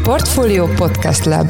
Portfolio Podcast Lab.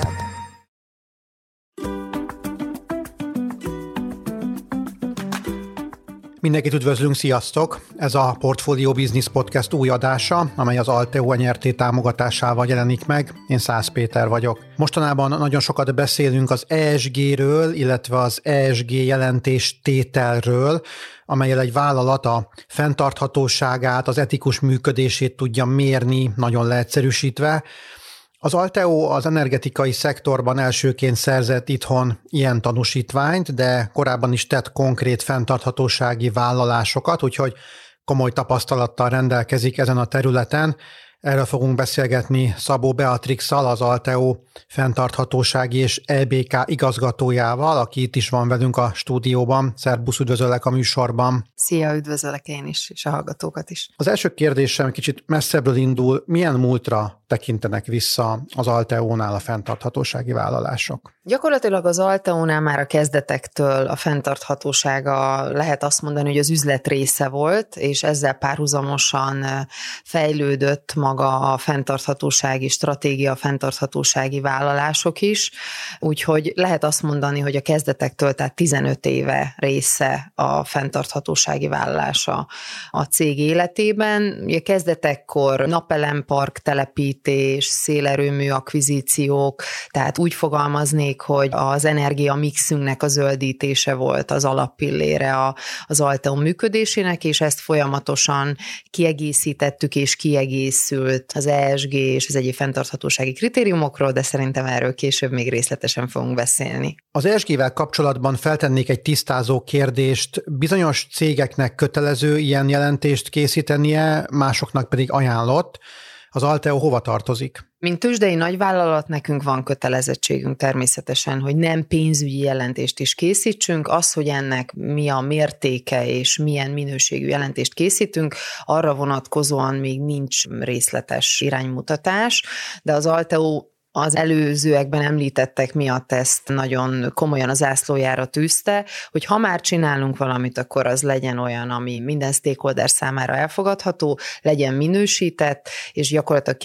Mindenkit üdvözlünk, sziasztok! Ez a Portfolio Business Podcast új adása, amely az Alteo NRT támogatásával jelenik meg. Én Szász Péter vagyok. Mostanában nagyon sokat beszélünk az ESG-ről, illetve az ESG jelentéstételről, amellyel egy vállalat a fenntarthatóságát, az etikus működését tudja mérni, nagyon leegyszerűsítve. Az Alteo az energetikai szektorban elsőként szerzett itthon ilyen tanúsítványt, de korábban is tett konkrét fenntarthatósági vállalásokat, úgyhogy komoly tapasztalattal rendelkezik ezen a területen. Erről fogunk beszélgetni Szabó Beatrixszal, az Alteo fenntarthatósági és EBK igazgatójával, aki itt is van velünk a stúdióban. Szerbusz, üdvözöllek a műsorban. Szia, üdvözöllek én is, és a hallgatókat is. Az első kérdésem kicsit messzebbről indul. Milyen múltra tekintenek vissza az Alteónál a fenntarthatósági vállalások? Gyakorlatilag az Alteónál már a kezdetektől a fenntarthatósága, lehet azt mondani, hogy az üzlet része volt, és ezzel párhuzamosan fejlődött maga a fenntarthatósági stratégia, a fenntarthatósági vállalások is. Úgyhogy lehet azt mondani, hogy a kezdetektől, tehát 15 éve része a fenntarthatósági vállalása a cég életében. Ugye kezdetekkor napelempark telepítés, szélerőmű akvizíciók, tehát úgy fogalmaznék, hogy az energia mixünknek a zöldítése volt az alappillére az Alteo működésének, és ezt folyamatosan kiegészítettük, és kiegészült az ESG és az egyéb fenntarthatósági kritériumokról, de szerintem erről később még részletesen fogunk beszélni. Az ESG-vel kapcsolatban feltennék egy tisztázó kérdést. Bizonyos cégeknek kötelező ilyen jelentést készítenie, másoknak pedig ajánlott. Az Alteo hova tartozik? Mint tőzsdei nagyvállalat nekünk van kötelezettségünk természetesen, hogy nem pénzügyi jelentést is készítsünk. Az, hogy ennek mi a mértéke és milyen minőségű jelentést készítünk, arra vonatkozóan még nincs részletes iránymutatás, de az Alteo az előzőekben említettek miatt ezt nagyon komolyan az zászlójára tűzte, hogy ha már csinálunk valamit, akkor az legyen olyan, ami minden stakeholder számára elfogadható, legyen minősített, és gyakorlatilag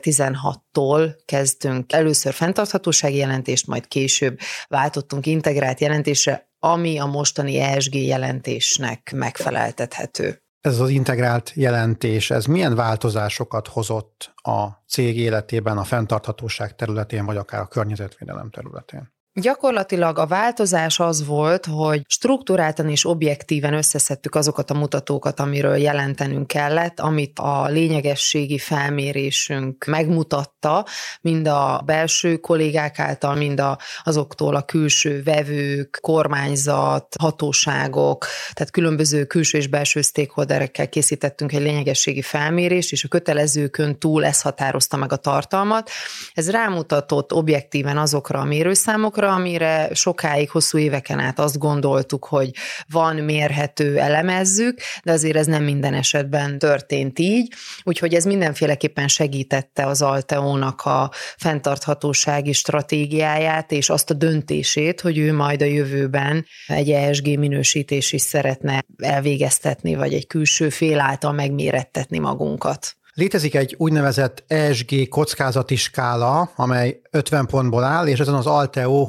2016-tól kezdtünk először fenntarthatósági jelentést, majd később váltottunk integrált jelentésre, ami a mostani ESG jelentésnek megfeleltethető. Ez az integrált jelentés, ez milyen változásokat hozott a cég életében, a fenntarthatóság területén, vagy akár a környezetvédelem területén? Gyakorlatilag a változás az volt, hogy strukturáltan és objektíven összeszedtük azokat a mutatókat, amiről jelentenünk kellett, amit a lényegességi felmérésünk megmutatta, mind a belső kollégák által, mind azoktól a külső vevők, kormányzat, hatóságok, tehát különböző külső és belső stakeholderekkel készítettünk egy lényegességi felmérést, és a kötelezőkön túl ez határozta meg a tartalmat. Ez rámutatott objektíven azokra a mérőszámokra, amire sokáig, hosszú éveken át azt gondoltuk, hogy van, mérhető, elemezzük, de azért ez nem minden esetben történt így, úgyhogy ez mindenféleképpen segítette az Alteónak a fenntarthatósági stratégiáját, és azt a döntését, hogy ő majd a jövőben egy ESG minősítés is szeretne elvégeztetni, vagy egy külső fél által megmérettetni magunkat. Létezik egy úgynevezett ESG kockázati skála, amely 50 pontból áll, és ezen az Alteo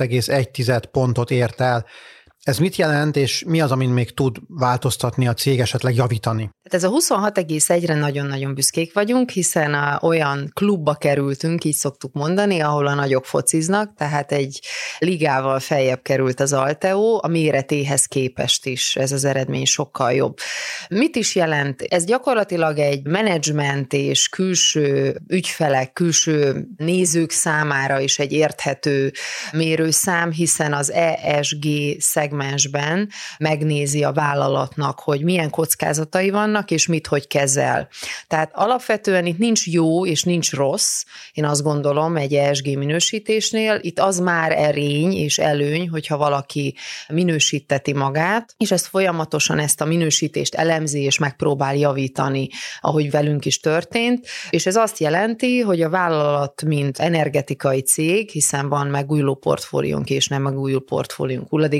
26,1 pontot ért el. Ez mit jelent, és mi az, amin még tud változtatni a cég, esetleg javítani? Ez a 26,1-re nagyon-nagyon büszkék vagyunk, hiszen olyan klubba kerültünk, így szoktuk mondani, ahol a nagyok fociznak, tehát egy ligával feljebb került az Alteo, a méretéhez képest is ez az eredmény sokkal jobb. Mit is jelent? Ez gyakorlatilag egy menedzsment és külső ügyfelek, külső nézők számára is egy érthető mérőszám, hiszen az ESG szegmensben megnézi a vállalatnak, hogy milyen kockázatai vannak, és mit hogy kezel. Tehát alapvetően itt nincs jó és nincs rossz, én azt gondolom egy ESG minősítésnél, itt az már erény és előny, hogyha valaki minősíteti magát, és ezt folyamatosan ezt a minősítést elemzi és megpróbál javítani, ahogy velünk is történt, és ez azt jelenti, hogy a vállalat mint energetikai cég, hiszen van megújuló portfóliónk és nem megújuló portfóliónk, hulladékgazdálkodás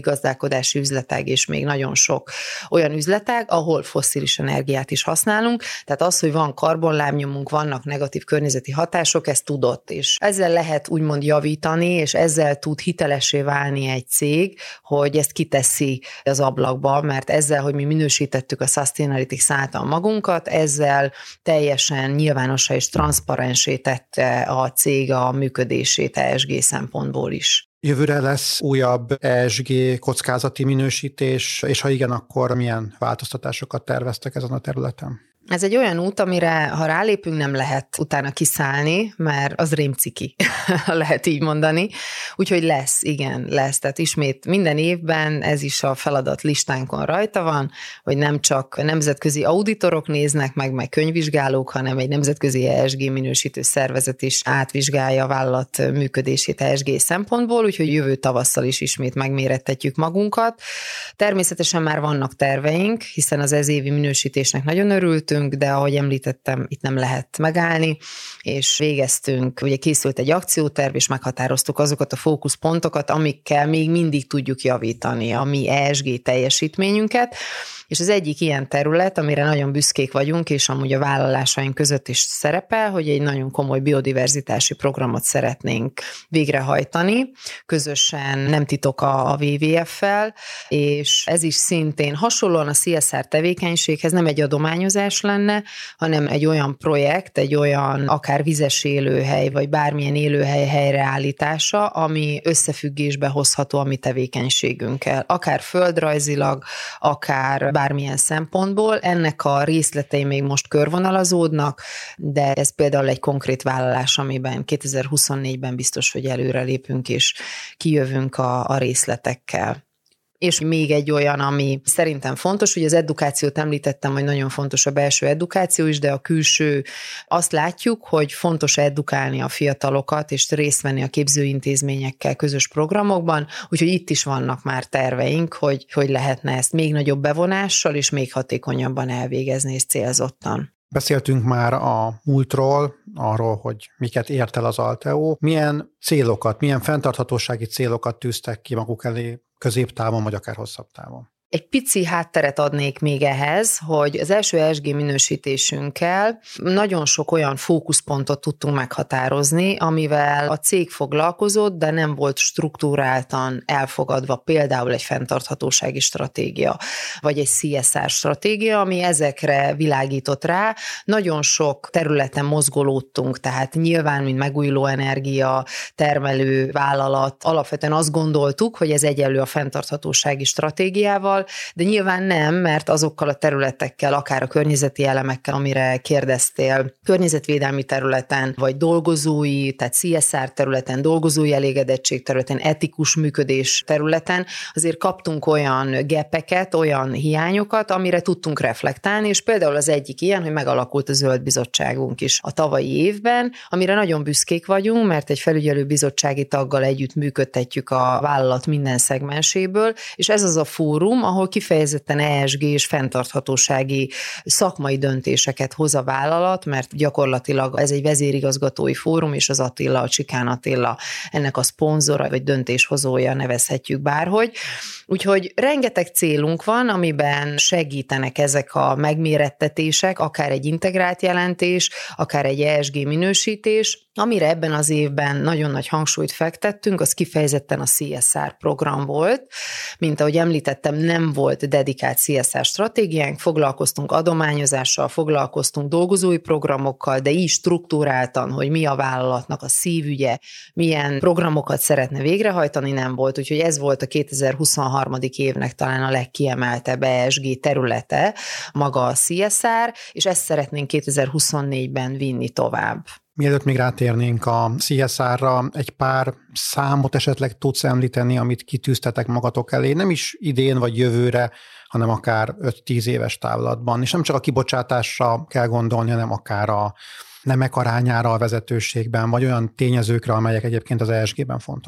gazdálkodási üzletág, és még nagyon sok olyan üzletág, ahol fosszilis energiát is használunk. Tehát az, hogy van karbonlábnyomunk, vannak negatív környezeti hatások, ez tudott, és ezzel lehet úgymond javítani, és ezzel tud hitelessé válni egy cég, hogy ezt kiteszi az ablakba, mert ezzel, hogy mi minősítettük a Sustainalytics által magunkat, ezzel teljesen nyilvánossá és transzparensé tette a cég a működését ESG szempontból is. Jövőre lesz újabb ESG kockázati minősítés, és ha igen, akkor milyen változtatásokat terveztek ezen a területen? Ez egy olyan út, amire, ha rálépünk, nem lehet utána kiszállni, mert az rémciki, lehet így mondani. Úgyhogy lesz, igen, lesz. Tehát ismét minden évben ez is a feladat listánkon rajta van, hogy nem csak nemzetközi auditorok néznek meg könyvvizsgálók, hanem egy nemzetközi ESG minősítő szervezet is átvizsgálja a vállalat működését ESG szempontból, úgyhogy jövő tavasszal is ismét megmérettetjük magunkat. Természetesen már vannak terveink, hiszen az ez évi minősítésnek nagyon örültünk, de ahogy említettem, itt nem lehet megállni, és végeztünk, ugye készült egy akcióterv, és meghatároztuk azokat a fókuszpontokat, amikkel még mindig tudjuk javítani a mi ESG teljesítményünket, és az egyik ilyen terület, amire nagyon büszkék vagyunk, és amúgy a vállalásaink között is szerepel, hogy egy nagyon komoly biodiverzitási programot szeretnénk végrehajtani, közösen, nem titok a WWF-fel, és ez is szintén hasonlóan a CSR tevékenységhez nem egy adományozás lenne, hanem egy olyan projekt, egy olyan akár vizes élőhely, vagy bármilyen élőhely helyreállítása, ami összefüggésbe hozható a mi tevékenységünkkel. Akár földrajzilag, akár bármilyen szempontból. Ennek a részletei még most körvonalazódnak, de ez például egy konkrét vállalás, amiben 2024-ben biztos, hogy előrelépünk, és kijövünk a részletekkel. És még egy olyan, ami szerintem fontos, hogy az edukációt említettem, hogy nagyon fontos a belső edukáció is, de a külső, azt látjuk, hogy fontos edukálni a fiatalokat, és részt venni a képzőintézményekkel közös programokban, úgyhogy itt is vannak már terveink, hogy lehetne ezt még nagyobb bevonással, és még hatékonyabban elvégezni, és célzottan. Beszéltünk már a múltról, arról, hogy miket ért el az Alteo. Milyen célokat, milyen fenntarthatósági célokat tűztek ki maguk elé középtávon, vagy akár hosszabb távon? Egy pici hátteret adnék még ehhez, hogy az első ESG minősítésünkkel nagyon sok olyan fókuszpontot tudtunk meghatározni, amivel a cég foglalkozott, de nem volt struktúráltan elfogadva például egy fenntarthatósági stratégia, vagy egy CSR stratégia, ami ezekre világított rá. Nagyon sok területen mozgolódtunk, tehát nyilván, mint megújuló energia termelő vállalat, alapvetően azt gondoltuk, hogy ez egyenlő a fenntarthatósági stratégiával, de nyilván nem, mert azokkal a területekkel, akár a környezeti elemekkel, amire kérdeztél, környezetvédelmi területen, vagy dolgozói, tehát CSR területen, dolgozói elégedettség területen, etikus működés területen, azért kaptunk olyan gapeket, olyan hiányokat, amire tudtunk reflektálni, és például az egyik ilyen, hogy megalakult a Zöld Bizottságunk is a tavalyi évben, amire nagyon büszkék vagyunk, mert egy felügyelő bizottsági taggal együtt működtetjük a vállalat minden szegmenséből, és ez az a fórum, ahol kifejezetten ESG és fenntarthatósági szakmai döntéseket hoz a vállalat, mert gyakorlatilag ez egy vezérigazgatói fórum, és az Attila, a Csikán Attila ennek a szponzora, vagy döntéshozója, nevezhetjük bárhogy. Úgyhogy rengeteg célunk van, amiben segítenek ezek a megmérettetések, akár egy integrált jelentés, akár egy ESG minősítés, amire ebben az évben nagyon nagy hangsúlyt fektettünk, az kifejezetten a CSR program volt. Mint ahogy említettem, nem volt dedikált CSR stratégiánk, foglalkoztunk adományozással, foglalkoztunk dolgozói programokkal, de így struktúráltan, hogy mi a vállalatnak a szívügye, milyen programokat szeretne végrehajtani, nem volt. Úgyhogy ez volt a 2023. évnek talán a legkiemeltebb ESG területe, maga a CSR, és ezt szeretnénk 2024-ben vinni tovább. Mielőtt még rátérnénk a CSR-ra, egy pár számot esetleg tudsz említeni, amit kitűztetek magatok elé, nem is idén vagy jövőre, hanem akár 5-10 éves távlatban. És nem csak a kibocsátásra kell gondolni, hanem akár a nemek arányára a vezetőségben, vagy olyan tényezőkre, amelyek egyébként az ESG-ben fontosak.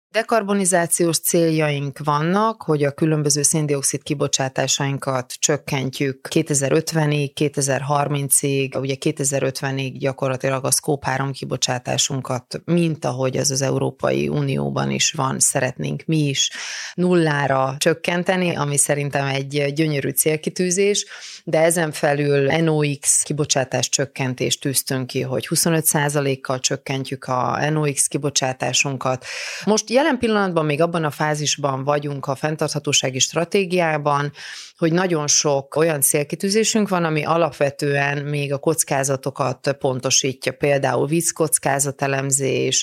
Dekarbonizációs céljaink vannak, hogy a különböző szén-dioxid kibocsátásainkat csökkentjük 2050-ig, 2030-ig, ugye 2050-ig gyakorlatilag a Scope 3 kibocsátásunkat, mint ahogy az Európai Unióban is van, szeretnénk mi is nullára csökkenteni, ami szerintem egy gyönyörű célkitűzés, de ezen felül NOx kibocsátás csökkentést tűztünk ki, hogy 25%-kal csökkentjük a NOx kibocsátásunkat. Most jelen pillanatban még abban a fázisban vagyunk a fenntarthatósági stratégiában, hogy nagyon sok olyan célkitűzésünk van, ami alapvetően még a kockázatokat pontosítja, például vízkockázatelemzés,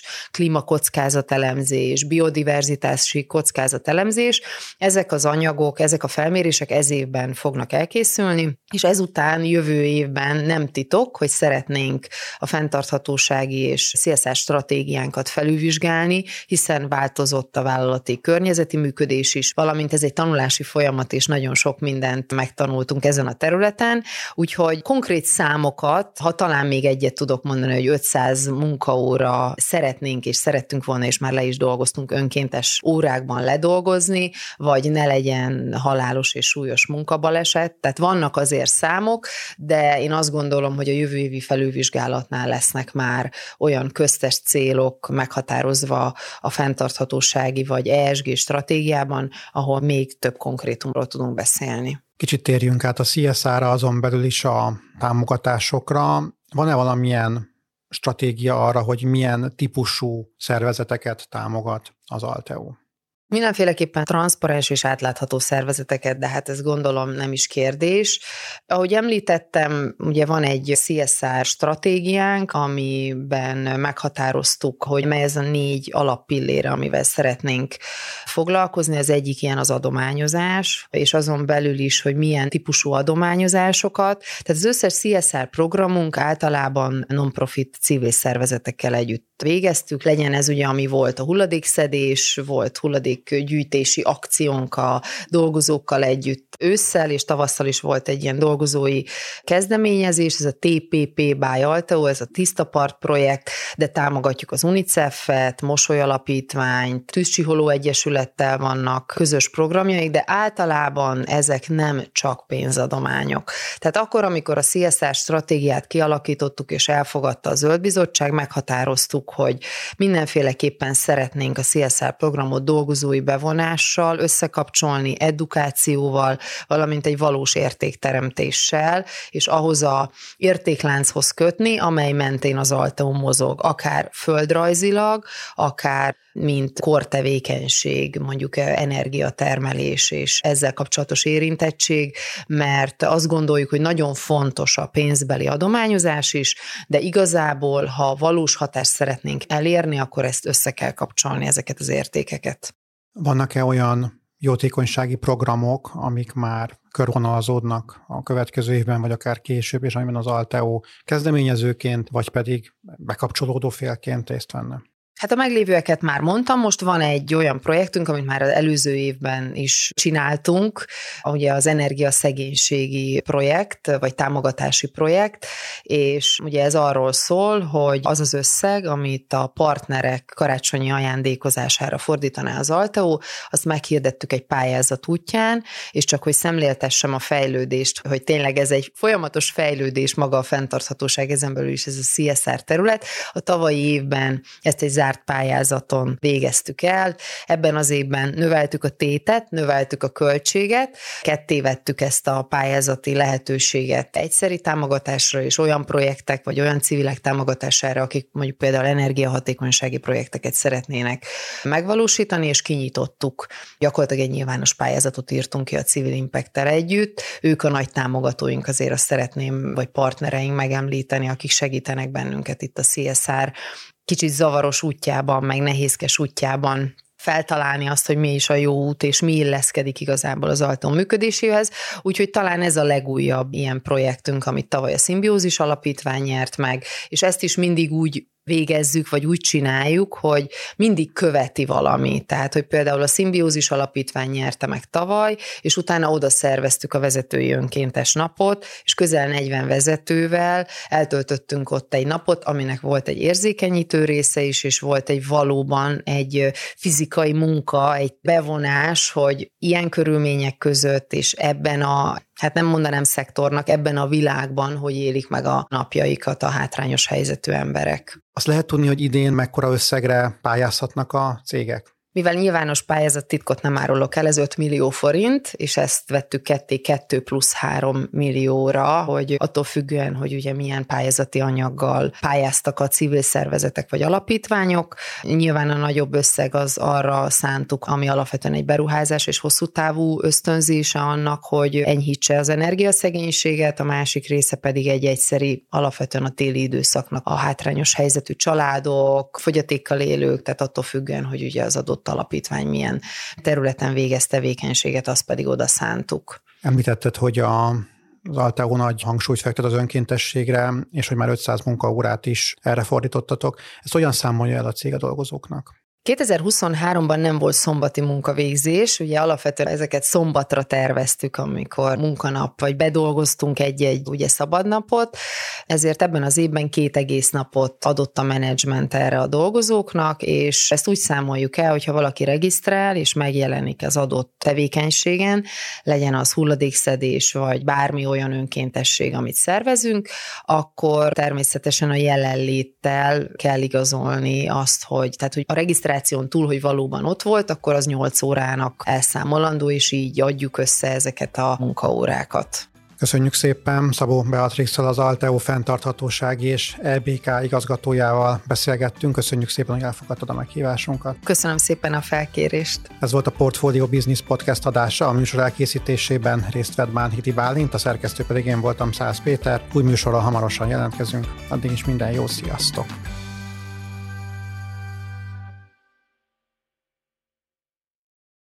klímakockázatelemzés, biodiverzitási kockázatelemzés. Ezek az anyagok, ezek a felmérések ez évben fognak elkészülni, és ezután jövő évben nem titok, hogy szeretnénk a fenntarthatósági és CSR stratégiánkat felülvizsgálni, hiszen változott a vállalati környezeti működés is, valamint ez egy tanulási folyamat, és nagyon sok mindent megtanultunk ezen a területen, úgyhogy konkrét számokat, ha talán még egyet tudok mondani, hogy 500 munkaóra szeretnénk és szerettünk volna, és már le is dolgoztunk önkéntes órákban ledolgozni, vagy ne legyen halálos és súlyos munkabaleset, tehát vannak azért számok, de én azt gondolom, hogy a jövő évi felülvizsgálatnál lesznek már olyan köztes célok meghatározva a fenntarthatósági vagy ESG stratégiában, ahol még több konkrétumról tudunk beszélni. Kicsit térjünk át a CSR-ra, azon belül is a támogatásokra. Van-e valamilyen stratégia arra, hogy milyen típusú szervezeteket támogat az Alteo? Mindenféleképpen transzparens és átlátható szervezeteket, de hát ez gondolom nem is kérdés. Ahogy említettem, ugye van egy CSR stratégiánk, amiben meghatároztuk, hogy mely ez a 4 alappillére, amivel szeretnénk foglalkozni. Az egyik ilyen az adományozás, és azon belül is, hogy milyen típusú adományozásokat. Tehát az összes CSR programunk általában non-profit civil szervezetekkel együtt végeztük, legyen ez ugye, ami volt a hulladékszedés, volt hulladékgyűjtési akciónk a dolgozókkal együtt ősszel, és tavasszal is volt egy ilyen dolgozói kezdeményezés, ez a TPP by Alteo, ez a Tiszta Part projekt, de támogatjuk az UNICEF-et, Mosoly Alapítványt, Tűzcsiholó Egyesülettel vannak közös programjaik, de általában ezek nem csak pénzadományok. Tehát akkor, amikor a CSR stratégiát kialakítottuk és elfogadta a Zöld Bizottság, meghatároztuk, hogy mindenféleképpen szeretnénk a CSR programot dolgozói bevonással összekapcsolni, edukációval, valamint egy valós értékteremtéssel, és ahhoz a értéklánchoz kötni, amely mentén az Alteo mozog, akár földrajzilag, akár mint kortevékenység, mondjuk energiatermelés és ezzel kapcsolatos érintettség, mert azt gondoljuk, hogy nagyon fontos a pénzbeli adományozás is, de igazából, ha valós hatást szeretnénk elérni, akkor ezt össze kell kapcsolni, ezeket az értékeket. Vannak-e olyan jótékonysági programok, amik már körvonalazódnak a következő évben, vagy akár később, és amiben az Alteo kezdeményezőként, vagy pedig bekapcsolódó félként részt venne? Hát a meglévőeket már mondtam, most van egy olyan projektünk, amit már az előző évben is csináltunk, ugye az energiaszegénységi projekt, vagy támogatási projekt, és ugye ez arról szól, hogy az az összeg, amit a partnerek karácsonyi ajándékozására fordítaná az Alteo, azt meghirdettük egy pályázat útján, és csak hogy szemléltessem a fejlődést, hogy tényleg ez egy folyamatos fejlődés, maga a fenntarthatóság, ezen belül is ez a CSR terület. A tavalyi évben ezt egy zárt pályázaton végeztük el. Ebben az évben növeltük a tétet, növeltük a költséget, ketté vettük ezt a pályázati lehetőséget egyszeri támogatásra és olyan projektek, vagy olyan civilek támogatására, akik mondjuk például energiahatékonysági projekteket szeretnének megvalósítani, és kinyitottuk. Gyakorlatilag egy nyilvános pályázatot írtunk ki a Civil Impact-tel együtt. Ők a nagy támogatóink, azért azt szeretném, vagy partnereink megemlíteni, akik segítenek bennünket itt a CSR kicsit zavaros útjában, meg nehézkes útjában feltalálni azt, hogy mi is a jó út, és mi illeszkedik igazából az Alteo működéséhez. Úgyhogy talán ez a legújabb ilyen projektünk, amit tavaly a Szimbiózis Alapítvány nyert meg, és ezt is mindig úgy végezzük, vagy úgy csináljuk, hogy mindig követi valami. Tehát, hogy például a Szimbiózis Alapítvány nyerte meg tavaly, és utána oda szerveztük a vezetői önkéntes napot, és közel 40 vezetővel eltöltöttünk ott egy napot, aminek volt egy érzékenyítő része is, és volt egy valóban egy fizikai munka, egy bevonás, hogy ilyen körülmények között, és ebben hát nem mondanám szektornak, ebben a világban, hogy élik meg a napjaikat a hátrányos helyzetű emberek. Azt lehet tudni, hogy idén mekkora összegre pályázhatnak a cégek? Mivel nyilvános pályázattitkot nem árulok el, ez 5 millió forint, és ezt vettük 2 plusz 3 millióra, hogy attól függően, hogy ugye milyen pályázati anyaggal pályáztak a civil szervezetek vagy alapítványok. Nyilván a nagyobb összeg az arra szántuk, ami alapvetően egy beruházás és hosszú távú ösztönzése annak, hogy enyhítse az energiaszegénységet, a másik része pedig egy egyszeri, alapvetően a téli időszaknak a hátrányos helyzetű családok, fogyatékkal élők, tehát attól függően, hogy ugye az adott alapítvány milyen területen végez tevékenységet, azt pedig oda szántuk. Említetted, hogy az Alteo nagy hangsúlyt fektet az önkéntességre, és hogy már 500 munkaórát is erre fordítottatok. Ezt hogyan számolja el a cég a dolgozóknak? 2023-ban nem volt szombati munkavégzés, ugye alapvetően ezeket szombatra terveztük, amikor munkanap, vagy bedolgoztunk egy ugye szabadnapot, ezért ebben az évben 2 egész napot adott a menedzsment erre a dolgozóknak, és ezt úgy számoljuk el, hogyha valaki regisztrál, és megjelenik az adott tevékenységen, legyen az hulladékszedés, vagy bármi olyan önkéntesség, amit szervezünk, akkor természetesen a jelenléttel kell igazolni azt, hogy a regisztráció túl, hogy valóban ott volt, akkor az 8 órának elszámolandó, és így adjuk össze ezeket a munkaórákat. Köszönjük szépen, Szabó Beatrixsal, az Alteo fenntarthatósági és EBK igazgatójával beszélgettünk. Köszönjük szépen, hogy elfogadtad a meghívásunkat. Köszönöm szépen a felkérést. Ez volt a Portfolio Business Podcast adása. A műsor elkészítésében részt vett Bánhidi Bálint, a szerkesztő pedig én voltam, Szász Péter. Új műsorral hamarosan jelentkezünk. Addig is minden jó, sziasztok!